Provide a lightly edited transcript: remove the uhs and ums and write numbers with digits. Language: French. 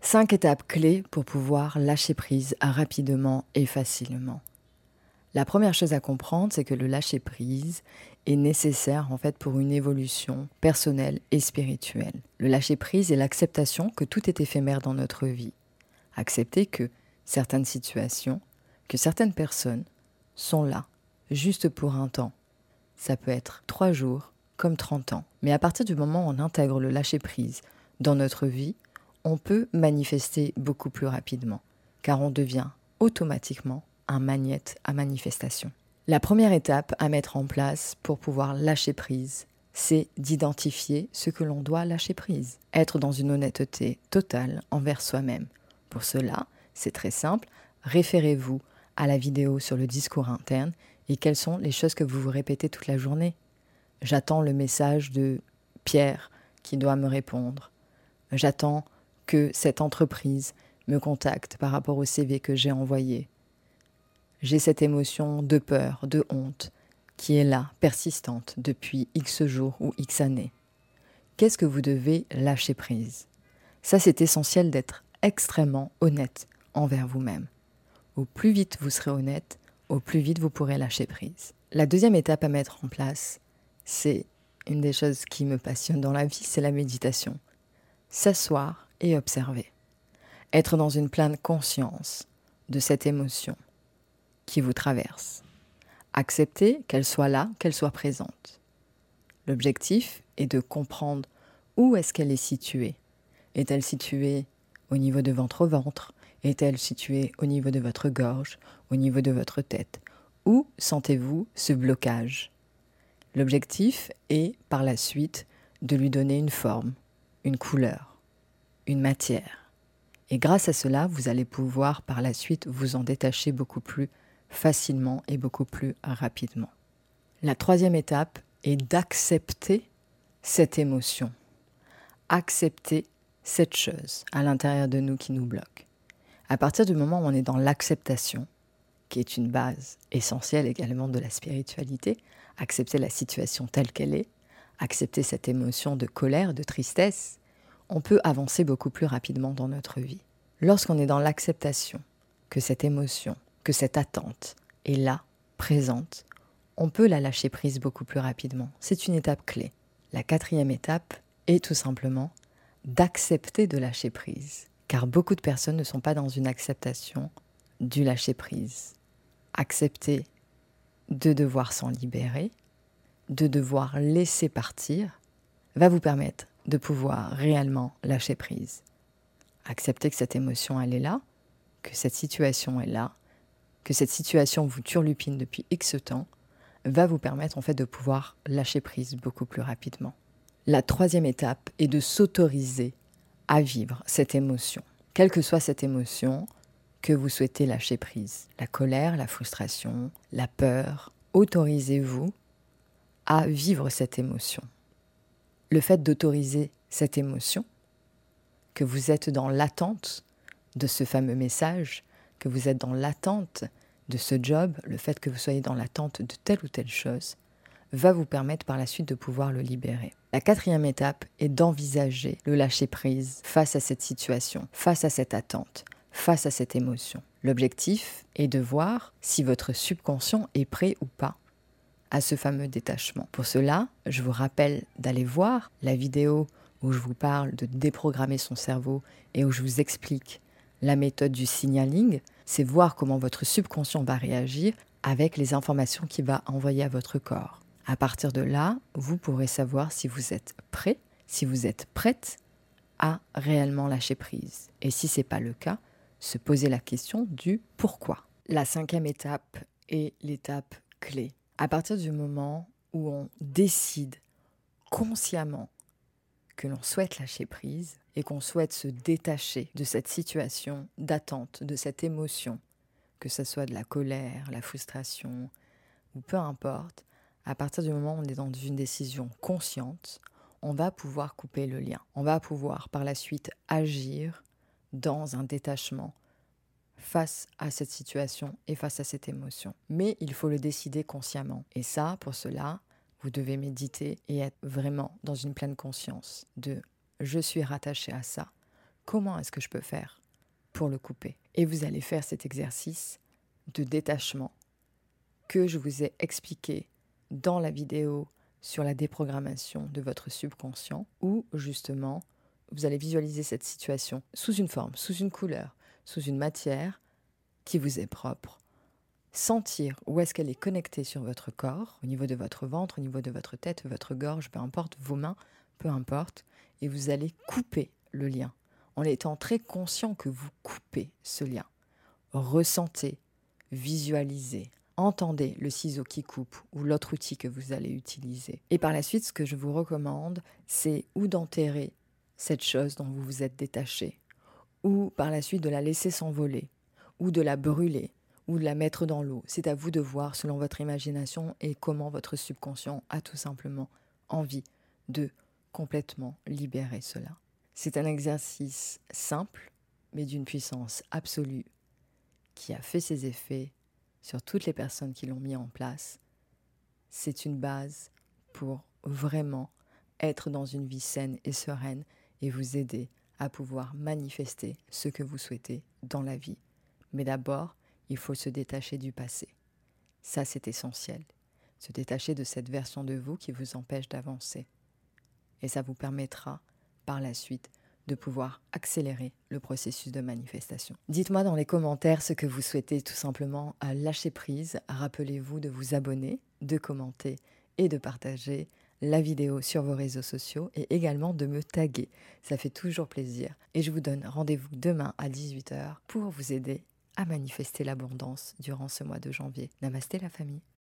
5 étapes clés pour pouvoir lâcher prise rapidement et facilement. La première chose à comprendre, c'est que le lâcher prise est nécessaire en fait pour une évolution personnelle et spirituelle. Le lâcher prise est l'acceptation que tout est éphémère dans notre vie. Accepter que certaines situations, que certaines personnes sont là, juste pour un temps. Ça peut être 3 jours comme 30 ans. Mais à partir du moment où on intègre le lâcher prise dans notre vie, on peut manifester beaucoup plus rapidement, car on devient automatiquement un magnète à manifestation. La première étape à mettre en place pour pouvoir lâcher prise, c'est d'identifier ce que l'on doit lâcher prise. Être dans une honnêteté totale envers soi-même. Pour cela, c'est très simple, référez-vous à la vidéo sur le discours interne et quelles sont les choses que vous vous répétez toute la journée. J'attends le message de Pierre qui doit me répondre. J'attends que cette entreprise me contacte par rapport au CV que j'ai envoyé. J'ai cette émotion de peur, de honte, qui est là, persistante, depuis X jours ou X années. Qu'est-ce que vous devez lâcher prise ? Ça, c'est essentiel d'être extrêmement honnête envers vous-même. Au plus vite vous serez honnête, au plus vite vous pourrez lâcher prise. La deuxième étape à mettre en place, c'est une des choses qui me passionne dans la vie, c'est la méditation. S'asseoir et observer. Être dans une pleine conscience de cette émotion qui vous traverse. Accepter qu'elle soit là, qu'elle soit présente. L'objectif est de comprendre où est-ce qu'elle est située. Est-elle située au niveau de votre ventre ? Est-elle située au niveau de votre gorge, au niveau de votre tête ? Où sentez-vous ce blocage ? L'objectif est, par la suite, de lui donner une forme, une couleur, une matière. Et grâce à cela, vous allez pouvoir, par la suite, vous en détacher beaucoup plus facilement et beaucoup plus rapidement. La troisième étape est d'accepter cette émotion. Accepter cette chose à l'intérieur de nous qui nous bloque. À partir du moment où on est dans l'acceptation, qui est une base essentielle également de la spiritualité, accepter la situation telle qu'elle est, accepter cette émotion de colère, de tristesse, on peut avancer beaucoup plus rapidement dans notre vie. Lorsqu'on est dans l'acceptation que cette émotion, que cette attente est là, présente, on peut la lâcher prise beaucoup plus rapidement. C'est une étape clé. La quatrième étape est tout simplement d'accepter de lâcher prise, car beaucoup de personnes ne sont pas dans une acceptation du lâcher prise. Accepter de devoir s'en libérer, de devoir laisser partir, va vous permettre de pouvoir réellement lâcher prise. Accepter que cette émotion, elle est là, que cette situation est là, que cette situation vous turlupine depuis X temps, va vous permettre en fait de pouvoir lâcher prise beaucoup plus rapidement. La troisième étape est de s'autoriser à vivre cette émotion. Quelle que soit cette émotion que vous souhaitez lâcher prise, la colère, la frustration, la peur, autorisez-vous à vivre cette émotion. Le fait d'autoriser cette émotion, que vous êtes dans l'attente de ce fameux message, que vous êtes dans l'attente de ce job, le fait que vous soyez dans l'attente de telle ou telle chose, va vous permettre par la suite de pouvoir le libérer. La quatrième étape est d'envisager le lâcher-prise face à cette situation, face à cette attente, face à cette émotion. L'objectif est de voir si votre subconscient est prêt ou pas à ce fameux détachement. Pour cela, je vous rappelle d'aller voir la vidéo où je vous parle de déprogrammer son cerveau et où je vous explique la méthode du signaling. C'est voir comment votre subconscient va réagir avec les informations qu'il va envoyer à votre corps. À partir de là, vous pourrez savoir si vous êtes prêt, si vous êtes prête à réellement lâcher prise. Et si ce n'est pas le cas, se poser la question du pourquoi. La cinquième étape est l'étape clé. À partir du moment où on décide consciemment que l'on souhaite lâcher prise et qu'on souhaite se détacher de cette situation d'attente, de cette émotion, que ce soit de la colère, la frustration ou peu importe, à partir du moment où on est dans une décision consciente, on va pouvoir couper le lien. On va pouvoir par la suite agir dans un détachement face à cette situation et face à cette émotion. Mais il faut le décider consciemment. Et ça, pour cela, vous devez méditer et être vraiment dans une pleine conscience de « je suis rattaché à ça ». comment est-ce que je peux faire pour le couper? Et vous allez faire cet exercice de détachement que je vous ai expliqué dans la vidéo sur la déprogrammation de votre subconscient, où justement vous allez visualiser cette situation sous une forme, sous une couleur, sous une matière qui vous est propre, sentir où est-ce qu'elle est connectée sur votre corps, au niveau de votre ventre, au niveau de votre tête, votre gorge, peu importe, vos mains, peu importe, et vous allez couper le lien, en étant très conscient que vous coupez ce lien. Ressentez, visualisez, entendez le ciseau qui coupe ou l'autre outil que vous allez utiliser. Et par la suite, ce que je vous recommande, c'est ou d'enterrer cette chose dont vous vous êtes détaché, ou par la suite de la laisser s'envoler, ou de la brûler, ou de la mettre dans l'eau. C'est à vous de voir selon votre imagination et comment votre subconscient a tout simplement envie de complètement libérer cela. C'est un exercice simple, mais d'une puissance absolue, qui a fait ses effets sur toutes les personnes qui l'ont mis en place. C'est une base pour vraiment être dans une vie saine et sereine et vous aider à pouvoir manifester ce que vous souhaitez dans la vie. Mais d'abord, il faut se détacher du passé. Ça, c'est essentiel. Se détacher de cette version de vous qui vous empêche d'avancer. Et ça vous permettra, par la suite, de pouvoir accélérer le processus de manifestation. Dites-moi dans les commentaires ce que vous souhaitez tout simplement lâcher prise. Rappelez-vous de vous abonner, de commenter et de partager la vidéo sur vos réseaux sociaux et également de me taguer. Ça fait toujours plaisir. Et je vous donne rendez-vous demain à 18h pour vous aider à manifester l'abondance durant ce mois de janvier. Namasté la famille.